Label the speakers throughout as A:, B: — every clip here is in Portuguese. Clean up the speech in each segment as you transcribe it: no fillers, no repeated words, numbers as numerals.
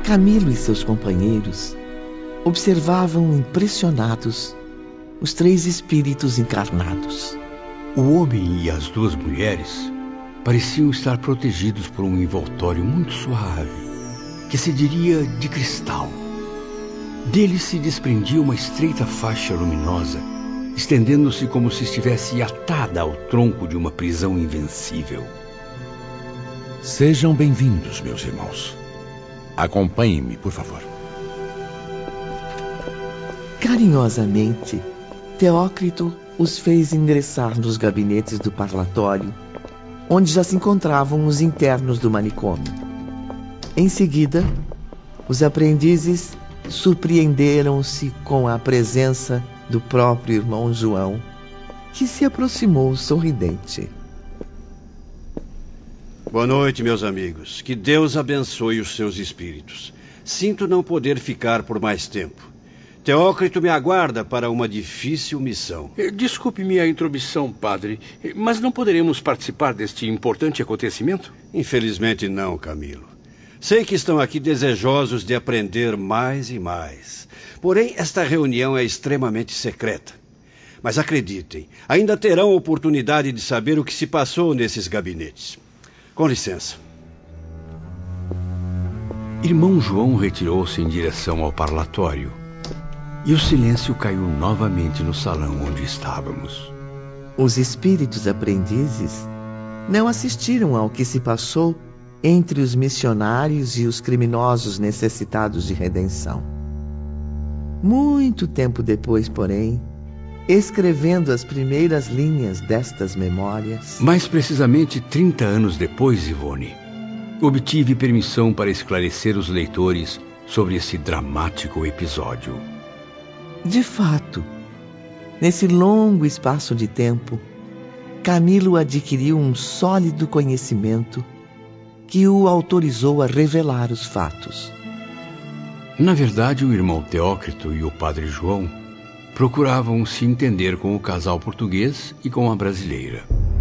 A: Camilo e seus companheiros observavam impressionados os 3 espíritos encarnados.
B: O homem e as 2 mulheres pareciam estar protegidos por um envoltório muito suave, que se diria de cristal. Dele se desprendia uma estreita faixa luminosa, estendendo-se como se estivesse atada ao tronco de uma prisão invencível.
C: Sejam bem-vindos, meus irmãos. Acompanhem-me, por favor.
A: Carinhosamente, Teócrito os fez ingressar nos gabinetes do parlatório, onde já se encontravam os internos do manicômio. Em seguida, os aprendizes surpreenderam-se com a presença do próprio irmão João, que se aproximou sorridente.
D: Boa noite, meus amigos. Que Deus abençoe os seus espíritos. Sinto não poder ficar por mais tempo. Teócrito me aguarda para uma difícil missão.
E: Desculpe-me a intromissão, padre, mas não poderemos participar deste importante acontecimento?
D: Infelizmente não, Camilo. Sei que estão aqui desejosos de aprender mais e mais. Porém, esta reunião é extremamente secreta. Mas acreditem, ainda terão oportunidade de saber o que se passou nesses gabinetes. Com licença.
B: Irmão João retirou-se em direção ao parlatório. E o silêncio caiu novamente no salão onde estávamos.
A: Os espíritos aprendizes não assistiram ao que se passou entre os missionários e os criminosos necessitados de redenção. Muito tempo depois, porém, escrevendo as primeiras linhas destas memórias...
B: Mais precisamente 30 anos depois, Ivone, obtive permissão para esclarecer os leitores sobre esse dramático episódio.
A: De fato, nesse longo espaço de tempo, Camilo adquiriu um sólido conhecimento que o autorizou a revelar os fatos.
B: Na verdade, o irmão Teócrito e o padre João procuravam se entender com o casal português e com a brasileira.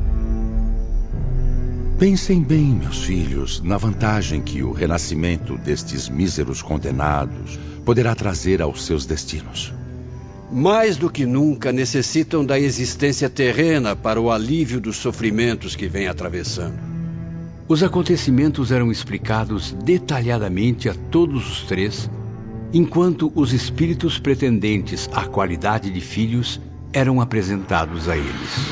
C: Pensem bem, meus filhos, na vantagem que o renascimento destes míseros condenados poderá trazer aos seus destinos.
D: Mais do que nunca necessitam da existência terrena para o alívio dos sofrimentos que vêm atravessando.
B: Os acontecimentos eram explicados detalhadamente a todos os 3, enquanto os espíritos pretendentes à qualidade de filhos eram apresentados a eles.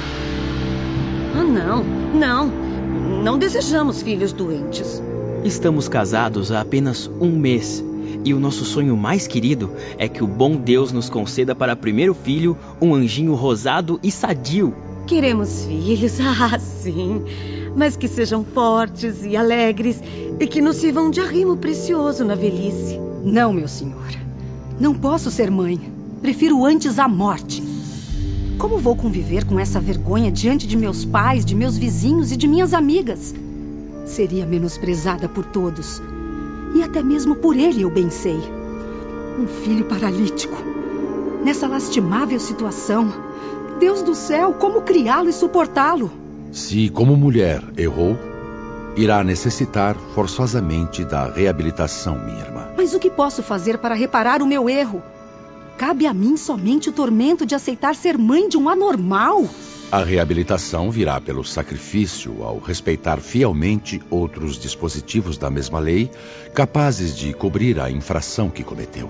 F: Não desejamos filhos doentes.
G: Estamos casados há apenas 1 mês. E o nosso sonho mais querido é que o bom Deus nos conceda para primeiro filho um anjinho rosado e sadio.
F: Queremos filhos, sim, mas que sejam fortes e alegres e que nos sirvam de arrimo precioso na velhice.
H: Não, meu senhor. Não posso ser mãe. Prefiro antes a morte. Como vou conviver com essa vergonha diante de meus pais, de meus vizinhos e de minhas amigas? Seria menosprezada por todos. E até mesmo por ele eu bem sei. Um filho paralítico. Nessa lastimável situação. Deus do céu, como criá-lo e suportá-lo?
C: Se, como mulher, errou, irá necessitar forçosamente da reabilitação, minha irmã.
H: Mas o que posso fazer para reparar o meu erro? Cabe a mim somente o tormento de aceitar ser mãe de um anormal?
C: A reabilitação virá pelo sacrifício ao respeitar fielmente outros dispositivos da mesma lei, capazes de cobrir a infração que cometeu.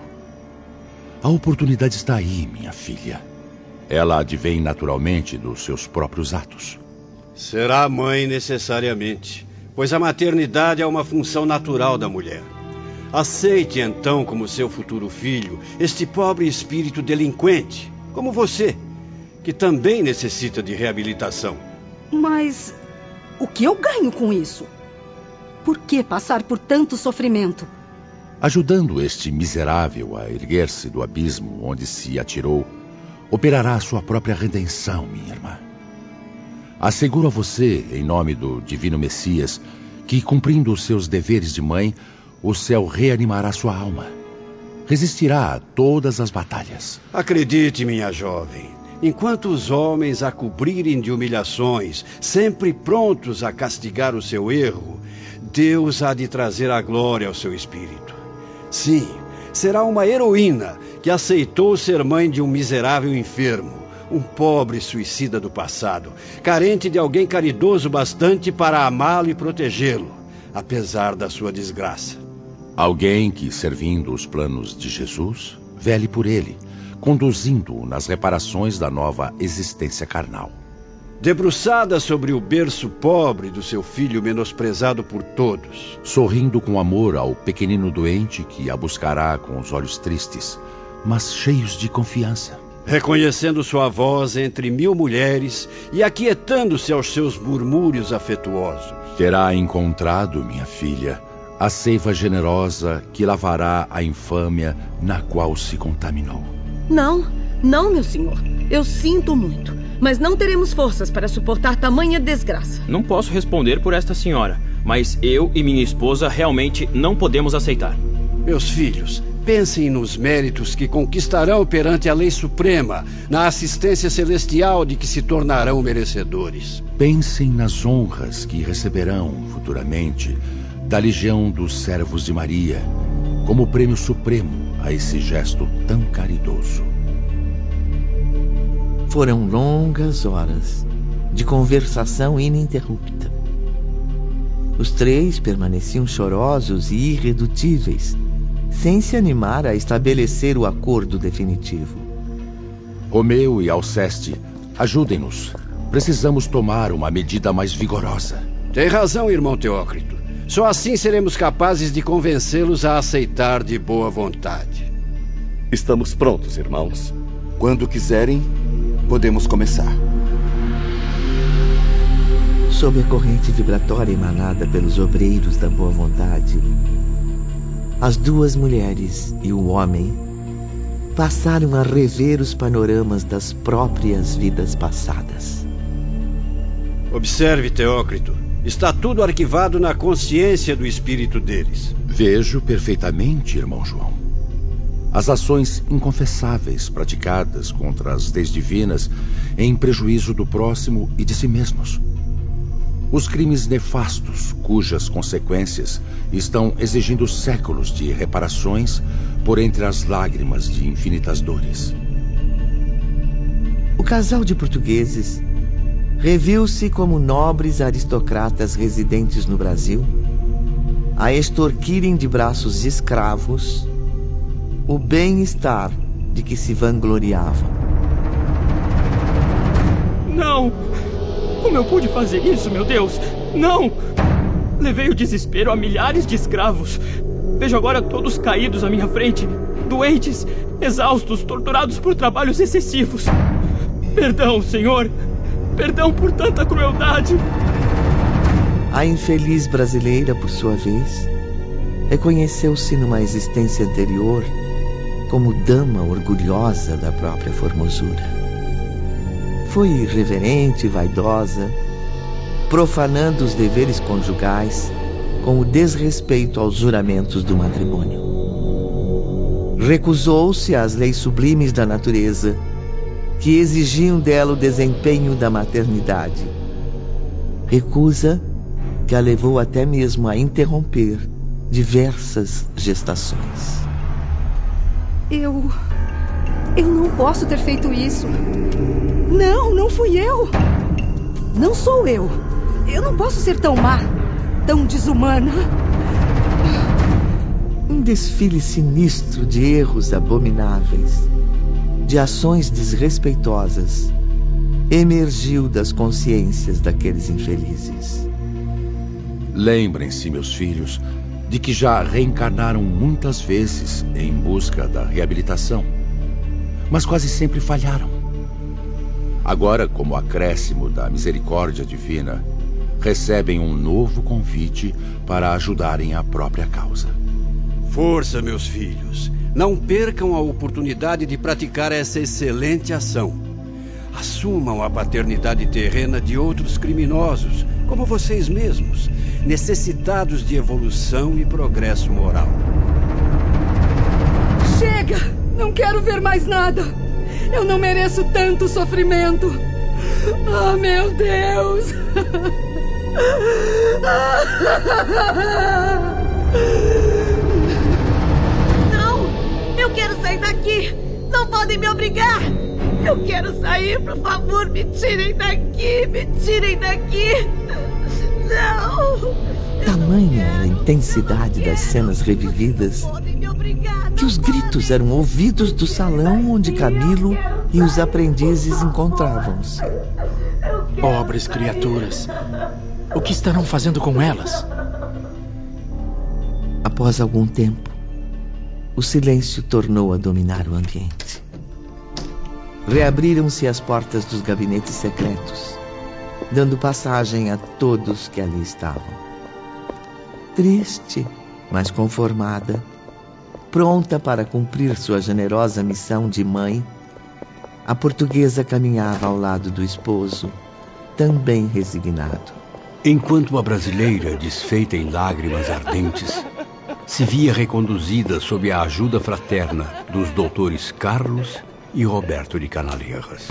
C: A oportunidade está aí, minha filha. Ela advém naturalmente dos seus próprios atos.
D: Será mãe necessariamente, pois a maternidade é uma função natural da mulher. Aceite então como seu futuro filho este pobre espírito delinquente, como você, que também necessita de reabilitação.
H: Mas o que eu ganho com isso? Por que passar por tanto sofrimento?
C: Ajudando este miserável a erguer-se do abismo onde se atirou, operará a sua própria redenção, minha irmã. Asseguro a você, em nome do Divino Messias, que, cumprindo os seus deveres de mãe, o céu reanimará sua alma. Resistirá a todas as batalhas.
D: Acredite, minha jovem. Enquanto os homens a cobrirem de humilhações, sempre prontos a castigar o seu erro, Deus há de trazer a glória ao seu espírito. Sim, será uma heroína que aceitou ser mãe de um miserável enfermo, um pobre suicida do passado, carente de alguém caridoso bastante para amá-lo e protegê-lo, apesar da sua desgraça.
C: Alguém que, servindo os planos de Jesus, vele por ele, conduzindo-o nas reparações da nova existência carnal.
D: Debruçada sobre o berço pobre do seu filho menosprezado por todos.
C: Sorrindo com amor ao pequenino doente que a buscará com os olhos tristes, mas cheios de confiança.
D: Reconhecendo sua voz entre 1000 mulheres e aquietando-se aos seus murmúrios afetuosos.
C: Terá encontrado, minha filha, a seiva generosa que lavará a infâmia na qual se contaminou.
F: Não, meu senhor. Eu sinto muito, mas não teremos forças para suportar tamanha desgraça.
G: Não posso responder por esta senhora, mas eu e minha esposa realmente não podemos aceitar.
D: Meus filhos, pensem nos méritos que conquistarão perante a lei suprema, na assistência celestial de que se tornarão merecedores.
C: Pensem nas honras que receberão futuramente da legião dos servos de Maria, como prêmio supremo a esse gesto tão caridoso.
A: Foram longas horas de conversação ininterrupta. Os 3 permaneciam chorosos e irredutíveis, sem se animar a estabelecer o acordo definitivo.
C: Romeu e Alceste, ajudem-nos. Precisamos tomar uma medida mais vigorosa.
D: Tem razão, irmão Teócrito. Só assim seremos capazes de convencê-los a aceitar de boa vontade.
I: Estamos prontos, irmãos. Quando quiserem, podemos começar.
A: Sob a corrente vibratória emanada pelos obreiros da boa vontade, as 2 mulheres e o homem passaram a rever os panoramas das próprias vidas passadas.
D: Observe, Teócrito. Está tudo arquivado na consciência do espírito deles.
C: Vejo perfeitamente, irmão João. As ações inconfessáveis praticadas contra as leis divinas em prejuízo do próximo e de si mesmos. Os crimes nefastos, cujas consequências estão exigindo séculos de reparações por entre as lágrimas de infinitas dores.
A: O casal de portugueses reviu-se como nobres aristocratas residentes no Brasil, a extorquirem de braços escravos o bem-estar de que se vangloriavam.
G: Não! Como eu pude fazer isso, meu Deus? Não! Levei o desespero a milhares de escravos. Vejo agora todos caídos à minha frente, doentes, exaustos, torturados por trabalhos excessivos. Perdão, Senhor! Perdão por tanta crueldade!
A: A infeliz brasileira, por sua vez, reconheceu-se numa existência anterior como dama orgulhosa da própria formosura. Foi irreverente e vaidosa, profanando os deveres conjugais com o desrespeito aos juramentos do matrimônio. Recusou-se às leis sublimes da natureza, que exigiam dela o desempenho da maternidade. Recusa que a levou até mesmo a interromper diversas gestações.
H: Eu não posso ter feito isso. Não fui eu. Não sou eu. Eu não posso ser tão má, tão desumana.
A: Um desfile sinistro de erros abomináveis, de ações desrespeitosas, emergiu das consciências daqueles infelizes.
C: Lembrem-se, meus filhos, de que já reencarnaram muitas vezes em busca da reabilitação, mas quase sempre falharam. Agora, como acréscimo da misericórdia divina, recebem um novo convite para ajudarem a própria causa.
D: Força, meus filhos. Não percam a oportunidade de praticar essa excelente ação. Assumam a paternidade terrena de outros criminosos, como vocês mesmos, necessitados de evolução e progresso moral.
H: Chega! Não quero ver mais nada! Eu não mereço tanto sofrimento! Ah, meu Deus!
F: Não! Eu quero sair daqui! Não podem me obrigar! Eu quero sair, por favor, me tirem daqui! Me tirem daqui! Não!
A: Tamanha a intensidade das cenas revividas que os gritos eram ouvidos do salão onde Camilo e os aprendizes encontravam-se.
J: Pobres criaturas! O que estarão fazendo com elas?
A: Após algum tempo, o silêncio tornou a dominar o ambiente. Reabriram-se as portas dos gabinetes secretos, dando passagem a todos que ali estavam. Triste, mas conformada, pronta para cumprir sua generosa missão de mãe, a portuguesa caminhava ao lado do esposo, também resignado.
B: Enquanto a brasileira, desfeita em lágrimas ardentes, se via reconduzida sob a ajuda fraterna dos doutores Carlos e Roberto de Canalejas.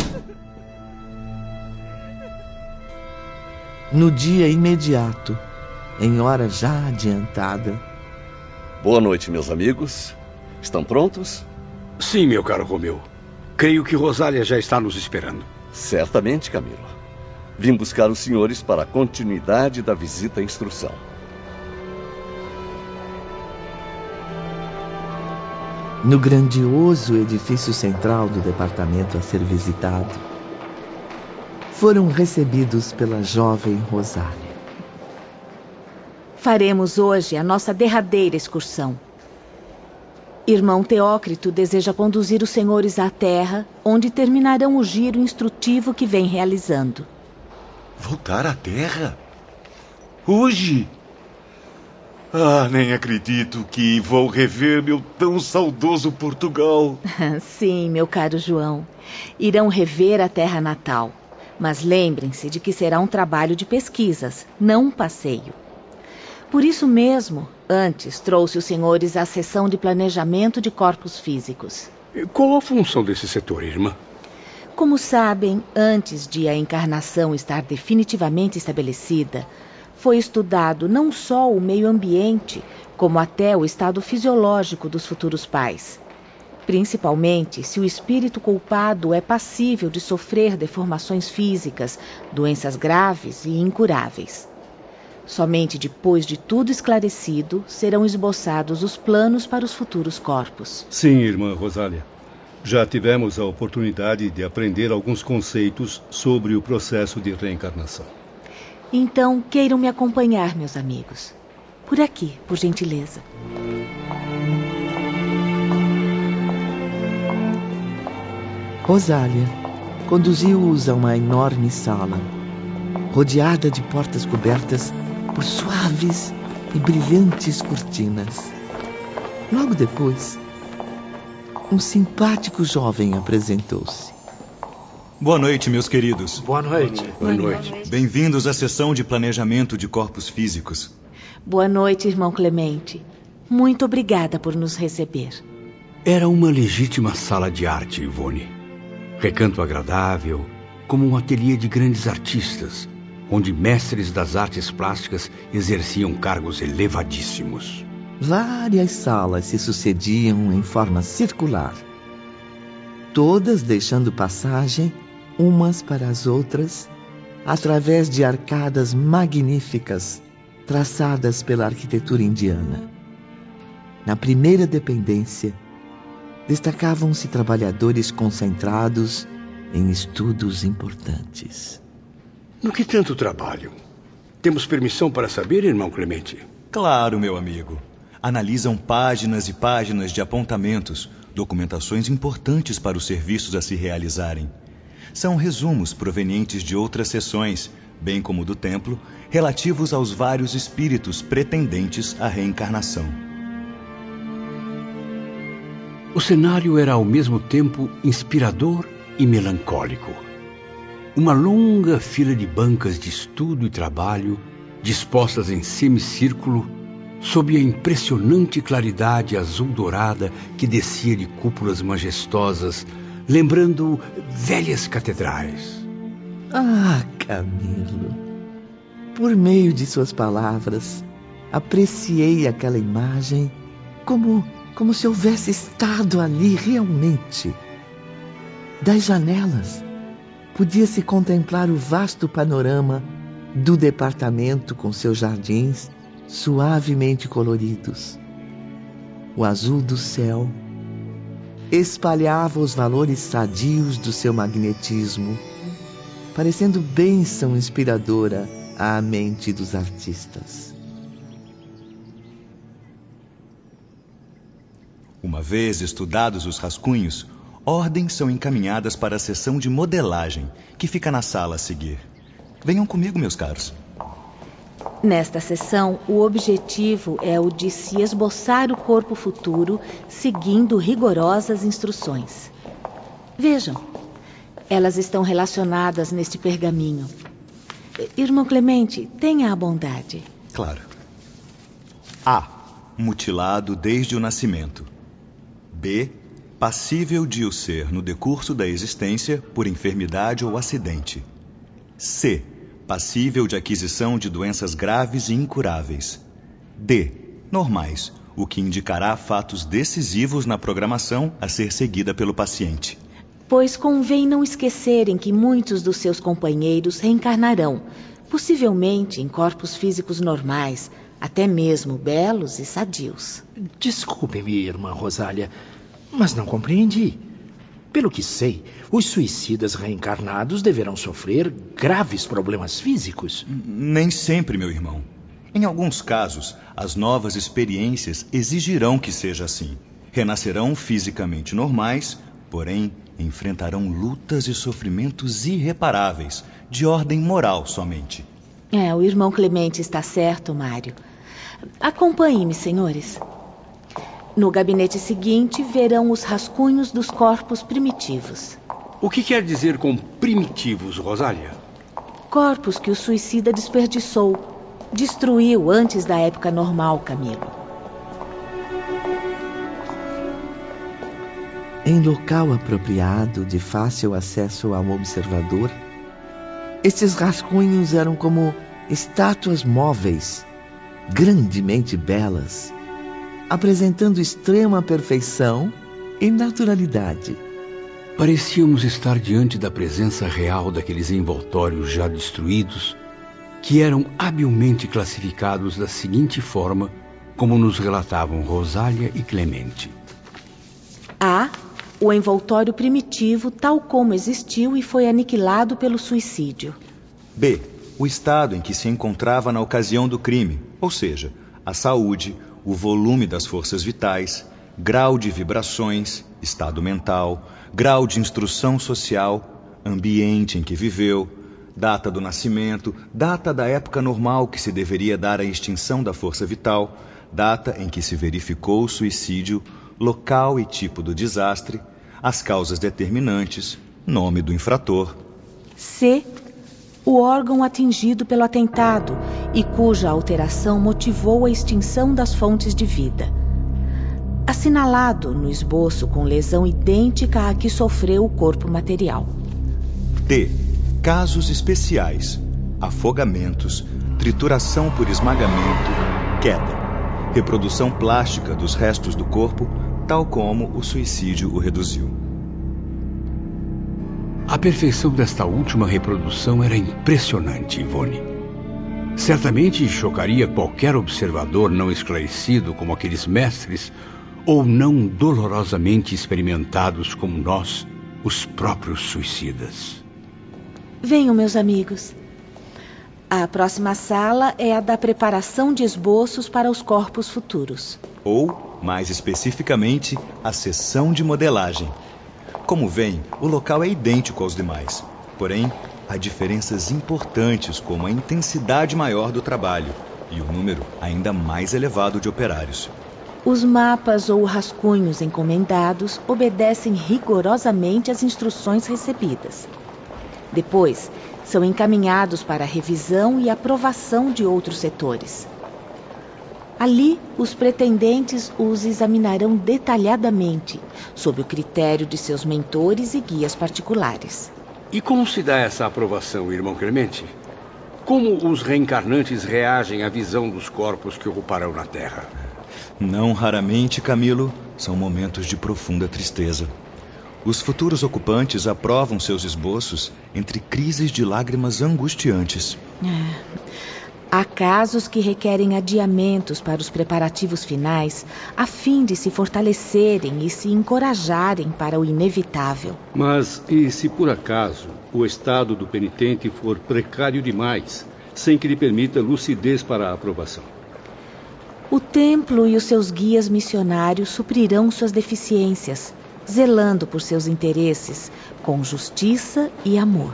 A: No dia imediato, em hora já adiantada...
I: Boa noite, meus amigos. Estão prontos?
E: Sim, meu caro Romeu. Creio que Rosália já está nos esperando.
I: Certamente, Camilo. Vim buscar os senhores para a continuidade da visita à instrução.
A: No grandioso edifício central do departamento a ser visitado, foram recebidos pela jovem Rosália.
K: Faremos hoje a nossa derradeira excursão. Irmão Teócrito deseja conduzir os senhores à terra, onde terminarão o giro instrutivo que vem realizando.
L: Voltar à terra? Hoje? Ah, nem acredito que vou rever meu tão saudoso Portugal.
K: Sim, meu caro João. Irão rever a terra natal. Mas lembrem-se de que será um trabalho de pesquisas, não um passeio. Por isso mesmo, antes trouxe os senhores à seção de planejamento de corpos físicos.
E: Qual a função desse setor, irmã?
K: Como sabem, antes de a encarnação estar definitivamente estabelecida, foi estudado não só o meio ambiente, como até o estado fisiológico dos futuros pais. Principalmente se o espírito culpado é passível de sofrer deformações físicas, doenças graves e incuráveis. Somente depois de tudo esclarecido, serão esboçados os planos para os futuros corpos.
M: Sim, irmã Rosália. Já tivemos a oportunidade de aprender alguns conceitos sobre o processo de reencarnação.
K: Então, queiram me acompanhar, meus amigos. Por aqui, por gentileza.
A: Rosália conduziu-os a uma enorme sala, rodeada de portas cobertas por suaves e brilhantes cortinas. Logo depois, um simpático jovem apresentou-se.
N: Boa noite, meus queridos.
E: Boa noite. Boa noite.
N: Bem-vindos à sessão de planejamento de corpos físicos.
K: Boa noite, irmão Clemente. Muito obrigada por nos receber.
B: Era uma legítima sala de arte, Ivone. Recanto agradável, como um ateliê de grandes artistas, onde mestres das artes plásticas exerciam cargos elevadíssimos.
A: Várias salas se sucediam em forma circular, todas deixando passagem umas para as outras, através de arcadas magníficas traçadas pela arquitetura indiana. Na primeira dependência, destacavam-se trabalhadores concentrados em estudos importantes.
E: No que tanto trabalham? Temos permissão para saber, irmão Clemente?
N: Claro, meu amigo. Analisam páginas e páginas de apontamentos, documentações importantes para os serviços a se realizarem. São resumos provenientes de outras sessões, bem como do templo, relativos aos vários espíritos pretendentes à reencarnação.
B: O cenário era ao mesmo tempo inspirador e melancólico. Uma longa fila de bancas de estudo e trabalho, dispostas em semicírculo, sob a impressionante claridade azul-dourada que descia de cúpulas majestosas, lembrando velhas catedrais.
A: Ah, Camilo, por meio de suas palavras, apreciei aquela imagem como se houvesse estado ali realmente. Das janelas, podia-se contemplar o vasto panorama do departamento com seus jardins suavemente coloridos. O azul do céu espalhava os valores sadios do seu magnetismo, parecendo bênção inspiradora à mente dos artistas.
N: Uma vez estudados os rascunhos, ordens são encaminhadas para a seção de modelagem, que fica na sala a seguir. Venham comigo, meus caros.
K: Nesta sessão, o objetivo é o de se esboçar o corpo futuro, seguindo rigorosas instruções. Vejam, elas estão relacionadas neste pergaminho. Irmão Clemente, tenha a bondade.
N: Claro. A. Mutilado desde o nascimento. B. Passível de o ser no decurso da existência por enfermidade ou acidente. C. Passível de aquisição de doenças graves e incuráveis. D. Normais, o que indicará fatos decisivos na programação a ser seguida pelo paciente.
K: Pois convém não esquecerem que muitos dos seus companheiros reencarnarão, possivelmente em corpos físicos normais, até mesmo belos e sadios.
J: Desculpe-me, irmã Rosália, mas não compreendi. Pelo que sei, os suicidas reencarnados deverão sofrer graves problemas físicos.
N: Nem sempre, meu irmão. Em alguns casos, as novas experiências exigirão que seja assim. Renascerão fisicamente normais, porém enfrentarão lutas e sofrimentos irreparáveis, de ordem moral somente.
K: O irmão Clemente está certo, Mário. Acompanhem-me, senhores. No gabinete seguinte, verão os rascunhos dos corpos primitivos.
E: O que quer dizer com primitivos, Rosália?
K: Corpos que o suicida desperdiçou, destruiu antes da época normal, Camilo.
A: Em local apropriado, de fácil acesso ao observador, estes rascunhos eram como estátuas móveis, grandemente belas, apresentando extrema perfeição e naturalidade.
B: Parecíamos estar diante da presença real daqueles envoltórios já destruídos, que eram habilmente classificados da seguinte forma, como nos relatavam Rosália e Clemente.
K: A. O envoltório primitivo, tal como existiu e foi aniquilado pelo suicídio.
N: B. O estado em que se encontrava na ocasião do crime, ou seja, a saúde, o volume das forças vitais, grau de vibrações, estado mental, grau de instrução social, ambiente em que viveu, data do nascimento, data da época normal que se deveria dar à extinção da força vital, data em que se verificou o suicídio, local e tipo do desastre, as causas determinantes, nome do infrator.
K: C. O órgão atingido pelo atentado e cuja alteração motivou a extinção das fontes de vida. Assinalado no esboço com lesão idêntica à que sofreu o corpo material.
N: D. Casos especiais: afogamentos, trituração por esmagamento, queda, reprodução plástica dos restos do corpo, tal como o suicídio o reduziu.
B: A perfeição desta última reprodução era impressionante, Ivone. Certamente chocaria qualquer observador não esclarecido como aqueles mestres, ou não dolorosamente experimentados como nós, os próprios suicidas.
K: Venham, meus amigos. A próxima sala é a da preparação de esboços para os corpos futuros.
N: Ou, mais especificamente, a seção de modelagem. Como veem, o local é idêntico aos demais. Porém, há diferenças importantes, como a intensidade maior do trabalho e o número ainda mais elevado de operários.
K: Os mapas ou rascunhos encomendados obedecem rigorosamente às instruções recebidas. Depois, são encaminhados para a revisão e aprovação de outros setores. Ali, os pretendentes os examinarão detalhadamente, sob o critério de seus mentores e guias particulares.
E: E como se dá essa aprovação, irmão Clemente? Como os reencarnantes reagem à visão dos corpos que ocuparão na Terra?
N: Não raramente, Camilo, são momentos de profunda tristeza. Os futuros ocupantes aprovam seus esboços entre crises de lágrimas angustiantes.
K: Há casos que requerem adiamentos para os preparativos finais, a fim de se fortalecerem e se encorajarem para o inevitável.
M: Mas e se por acaso o estado do penitente for precário demais, sem que lhe permita lucidez para a aprovação?
K: O templo e os seus guias missionários suprirão suas deficiências, zelando por seus interesses, com justiça e amor.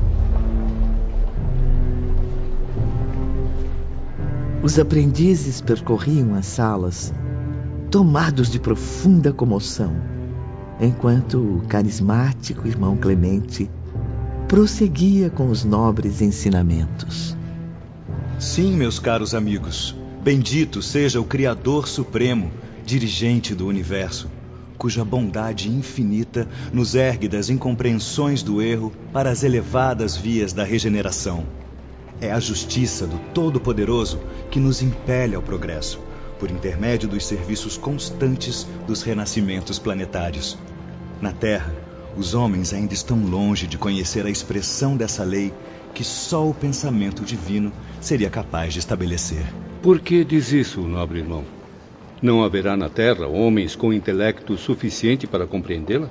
A: Os aprendizes percorriam as salas, tomados de profunda comoção, enquanto o carismático irmão Clemente prosseguia com os nobres ensinamentos.
N: Sim, meus caros amigos, bendito seja o Criador Supremo, dirigente do universo, cuja bondade infinita nos ergue das incompreensões do erro para as elevadas vias da regeneração. É a justiça do Todo-Poderoso que nos impele ao progresso, por intermédio dos serviços constantes dos renascimentos planetários. Na Terra, os homens ainda estão longe de conhecer a expressão dessa lei que só o pensamento divino seria capaz de estabelecer.
M: Por que diz isso, nobre irmão? Não haverá na Terra homens com intelecto suficiente para compreendê-la?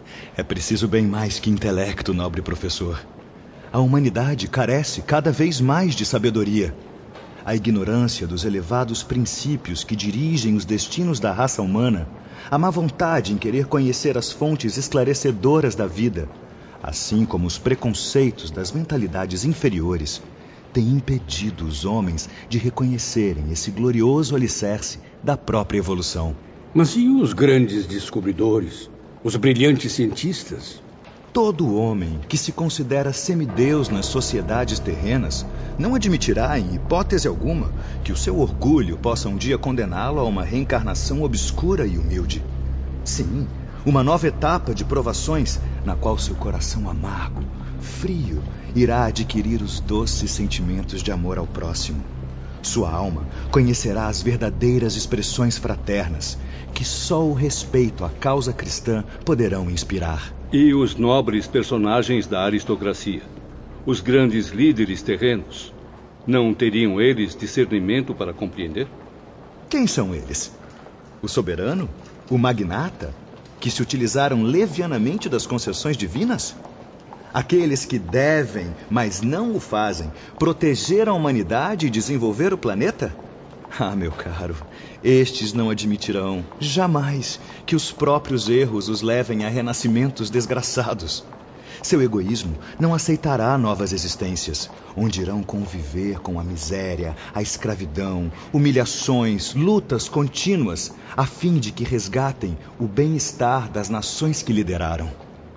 N: É preciso bem mais que intelecto, nobre professor. A humanidade carece cada vez mais de sabedoria. A ignorância dos elevados princípios que dirigem os destinos da raça humana, a má vontade em querer conhecer as fontes esclarecedoras da vida, assim como os preconceitos das mentalidades inferiores, têm impedido os homens de reconhecerem esse glorioso alicerce da própria evolução.
E: Mas e os grandes descobridores? Os brilhantes cientistas?
N: Todo homem que se considera semideus nas sociedades terrenas não admitirá, em hipótese alguma, que o seu orgulho possa um dia condená-lo a uma reencarnação obscura e humilde. Sim, uma nova etapa de provações na qual seu coração amargo, frio, irá adquirir os doces sentimentos de amor ao próximo. Sua alma conhecerá as verdadeiras expressões fraternas que só o respeito à causa cristã poderão inspirar.
M: E os nobres personagens da aristocracia, os grandes líderes terrenos, não teriam eles discernimento para compreender?
N: Quem são eles? O soberano? O magnata? Que se utilizaram levianamente das concessões divinas? Aqueles que devem, mas não o fazem, proteger a humanidade e desenvolver o planeta? Ah, meu caro, estes não admitirão, jamais, que os próprios erros os levem a renascimentos desgraçados. Seu egoísmo não aceitará novas existências, onde irão conviver com a miséria, a escravidão, humilhações, lutas contínuas, a fim de que resgatem o bem-estar das nações que lideraram.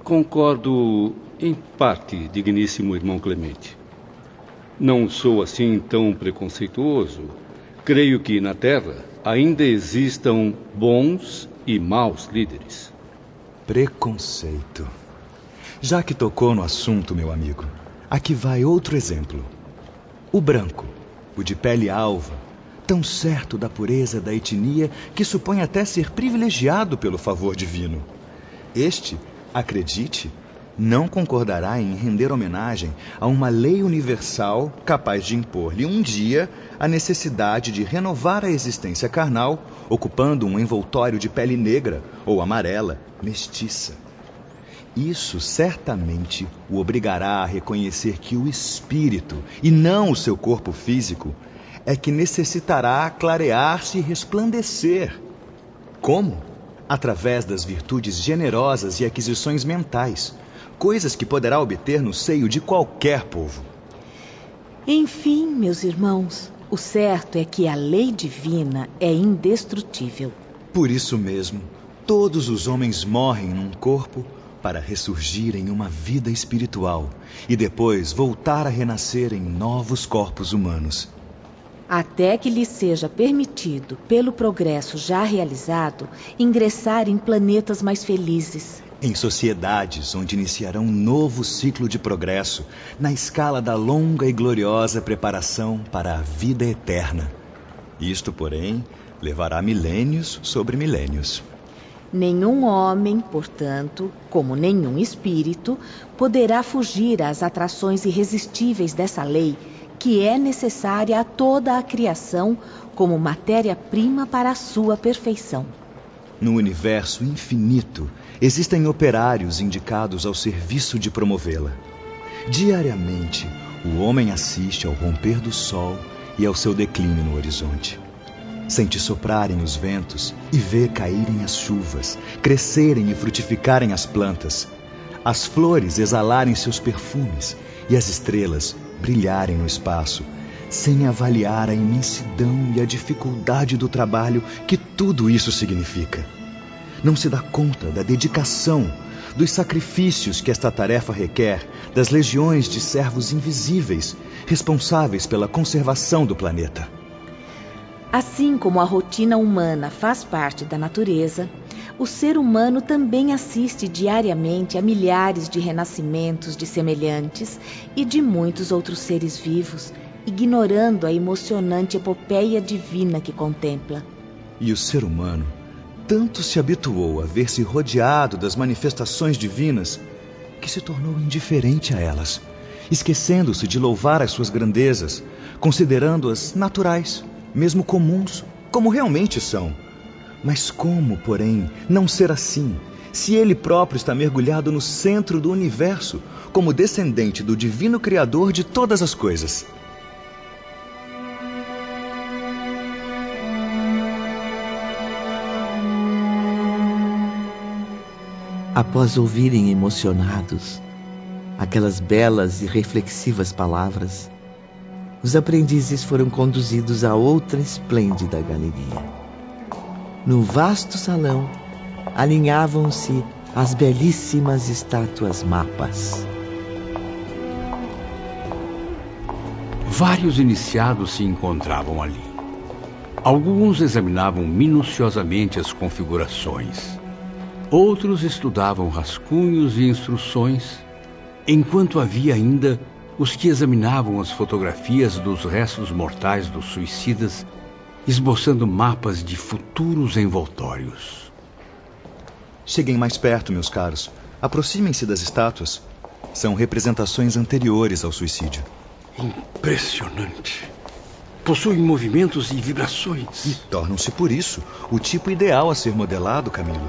M: Concordo em parte, digníssimo irmão Clemente. Não sou assim tão preconceituoso. Creio que na Terra ainda existam bons e maus líderes.
N: Preconceito. Já que tocou no assunto, meu amigo, aqui vai outro exemplo. O branco, o de pele alva, tão certo da pureza da etnia que supõe até ser privilegiado pelo favor divino. Este, acredite, não concordará em render homenagem a uma lei universal capaz de impor-lhe um dia a necessidade de renovar a existência carnal, ocupando um envoltório de pele negra ou amarela, mestiça. Isso certamente o obrigará a reconhecer que o espírito, e não o seu corpo físico, é que necessitará clarear-se e resplandecer. Como? Através das virtudes generosas e aquisições mentais, coisas que poderá obter no seio de qualquer povo.
K: Enfim, meus irmãos, o certo é que a lei divina é indestrutível.
N: Por isso mesmo, todos os homens morrem num corpo para ressurgir em uma vida espiritual e depois voltar a renascer em novos corpos humanos.
K: Até que lhes seja permitido, pelo progresso já realizado, ingressar em planetas mais felizes.
N: Em sociedades onde iniciarão um novo ciclo de progresso na escala da longa e gloriosa preparação para a vida eterna. Isto, porém, levará milênios sobre milênios.
K: Nenhum homem, portanto, como nenhum espírito, poderá fugir às atrações irresistíveis dessa lei, que é necessária a toda a criação como matéria-prima para a sua perfeição.
N: No universo infinito, existem operários indicados ao serviço de promovê-la. Diariamente, o homem assiste ao romper do sol e ao seu declínio no horizonte. Sente soprarem os ventos e vê caírem as chuvas, crescerem e frutificarem as plantas, as flores exalarem seus perfumes e as estrelas brilharem no espaço, sem avaliar a imensidão e a dificuldade do trabalho que tudo isso significa. Não se dá conta da dedicação, dos sacrifícios que esta tarefa requer, das legiões de servos invisíveis, responsáveis pela conservação do planeta.
K: Assim como a rotina humana faz parte da natureza, o ser humano também assiste diariamente a milhares de renascimentos de semelhantes e de muitos outros seres vivos, ignorando a emocionante epopeia divina que contempla.
N: E o ser humano tanto se habituou a ver-se rodeado das manifestações divinas que se tornou indiferente a elas, esquecendo-se de louvar as suas grandezas, considerando-as naturais, mesmo comuns, como realmente são. Mas como, porém, não ser assim, se ele próprio está mergulhado no centro do universo, como descendente do divino Criador de todas as coisas?
A: Após ouvirem emocionados aquelas belas e reflexivas palavras, os aprendizes foram conduzidos a outra esplêndida galeria. No vasto salão, alinhavam-se as belíssimas estátuas mapas.
B: Vários iniciados se encontravam ali. Alguns examinavam minuciosamente as configurações. Outros estudavam rascunhos e instruções, enquanto havia ainda os que examinavam as fotografias dos restos mortais dos suicidas, esboçando mapas de futuros envoltórios.
N: Cheguem mais perto, meus caros. Aproximem-se das estátuas. São representações anteriores ao suicídio.
E: Impressionante. Possuem movimentos e vibrações.
N: E tornam-se, por isso, o tipo ideal a ser modelado, Camilo.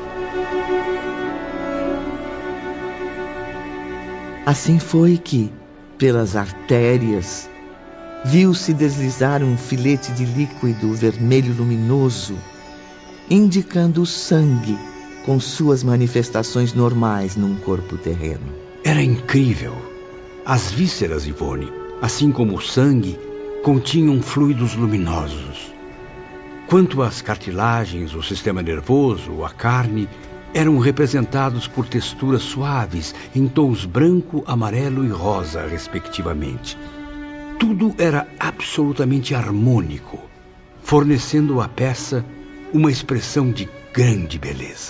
A: Assim foi que, pelas artérias, viu-se deslizar um filete de líquido vermelho luminoso, indicando o sangue com suas manifestações normais num corpo terreno.
B: Era incrível. As vísceras, Ivone, assim como o sangue, continham fluidos luminosos. Quanto às cartilagens, o sistema nervoso, a carne, eram representados por texturas suaves, em tons branco, amarelo e rosa, respectivamente. Tudo era absolutamente harmônico, fornecendo à peça uma expressão de grande beleza.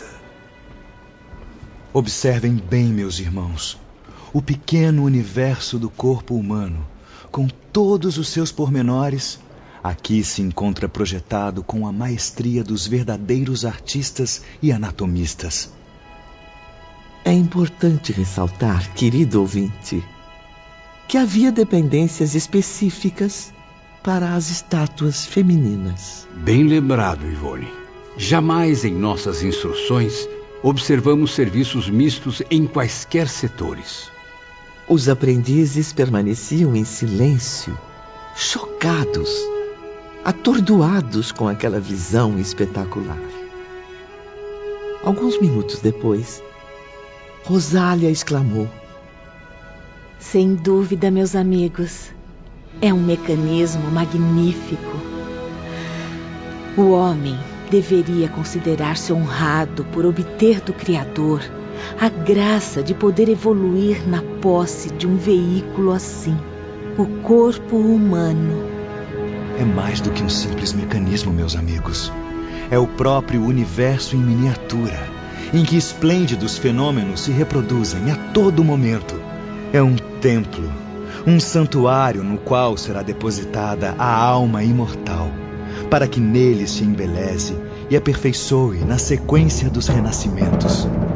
N: Observem bem, meus irmãos, o pequeno universo do corpo humano, com todos os seus pormenores, aqui se encontra projetado com a maestria dos verdadeiros artistas e anatomistas.
A: É importante ressaltar, querido ouvinte, que havia dependências específicas para as estátuas femininas.
B: Bem lembrado, Ivone. Jamais em nossas instruções observamos serviços mistos em quaisquer setores.
A: Os aprendizes permaneciam em silêncio, chocados, atordoados com aquela visão espetacular. Alguns minutos depois, Rosália exclamou:
K: Sem dúvida, meus amigos, é um mecanismo magnífico. O homem deveria considerar-se honrado por obter do Criador a graça de poder evoluir na posse de um veículo assim, o corpo humano.
N: É mais do que um simples mecanismo, meus amigos. É o próprio universo em miniatura, em que esplêndidos fenômenos se reproduzem a todo momento. É um templo, um santuário no qual será depositada a alma imortal, para que nele se embeleze e aperfeiçoe na sequência dos renascimentos.